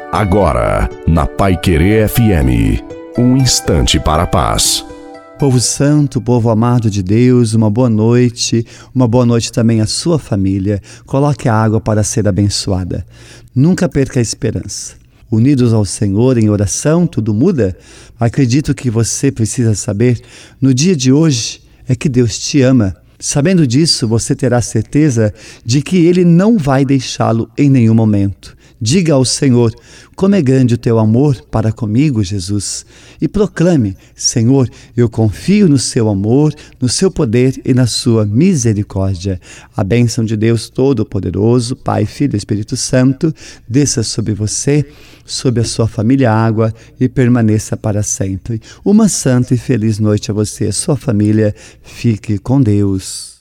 Agora, na Paiquerê FM, um instante para a paz. Povo santo, povo amado de Deus, uma boa noite também à sua família. Coloque a água para ser abençoada. Nunca perca a esperança. Unidos ao Senhor em oração, tudo muda? Acredito que você precisa saber, no dia de hoje, é que Deus te ama. Sabendo disso, você terá certeza de que Ele não vai deixá-lo em nenhum momento. Diga ao Senhor, como é grande o teu amor para comigo, Jesus. E proclame, Senhor, eu confio no seu amor, no seu poder e na sua misericórdia. A bênção de Deus Todo-Poderoso, Pai, Filho e Espírito Santo, desça sobre você, sobre a sua família água e permaneça para sempre. Uma santa e feliz noite a você e a sua família. Fique com Deus.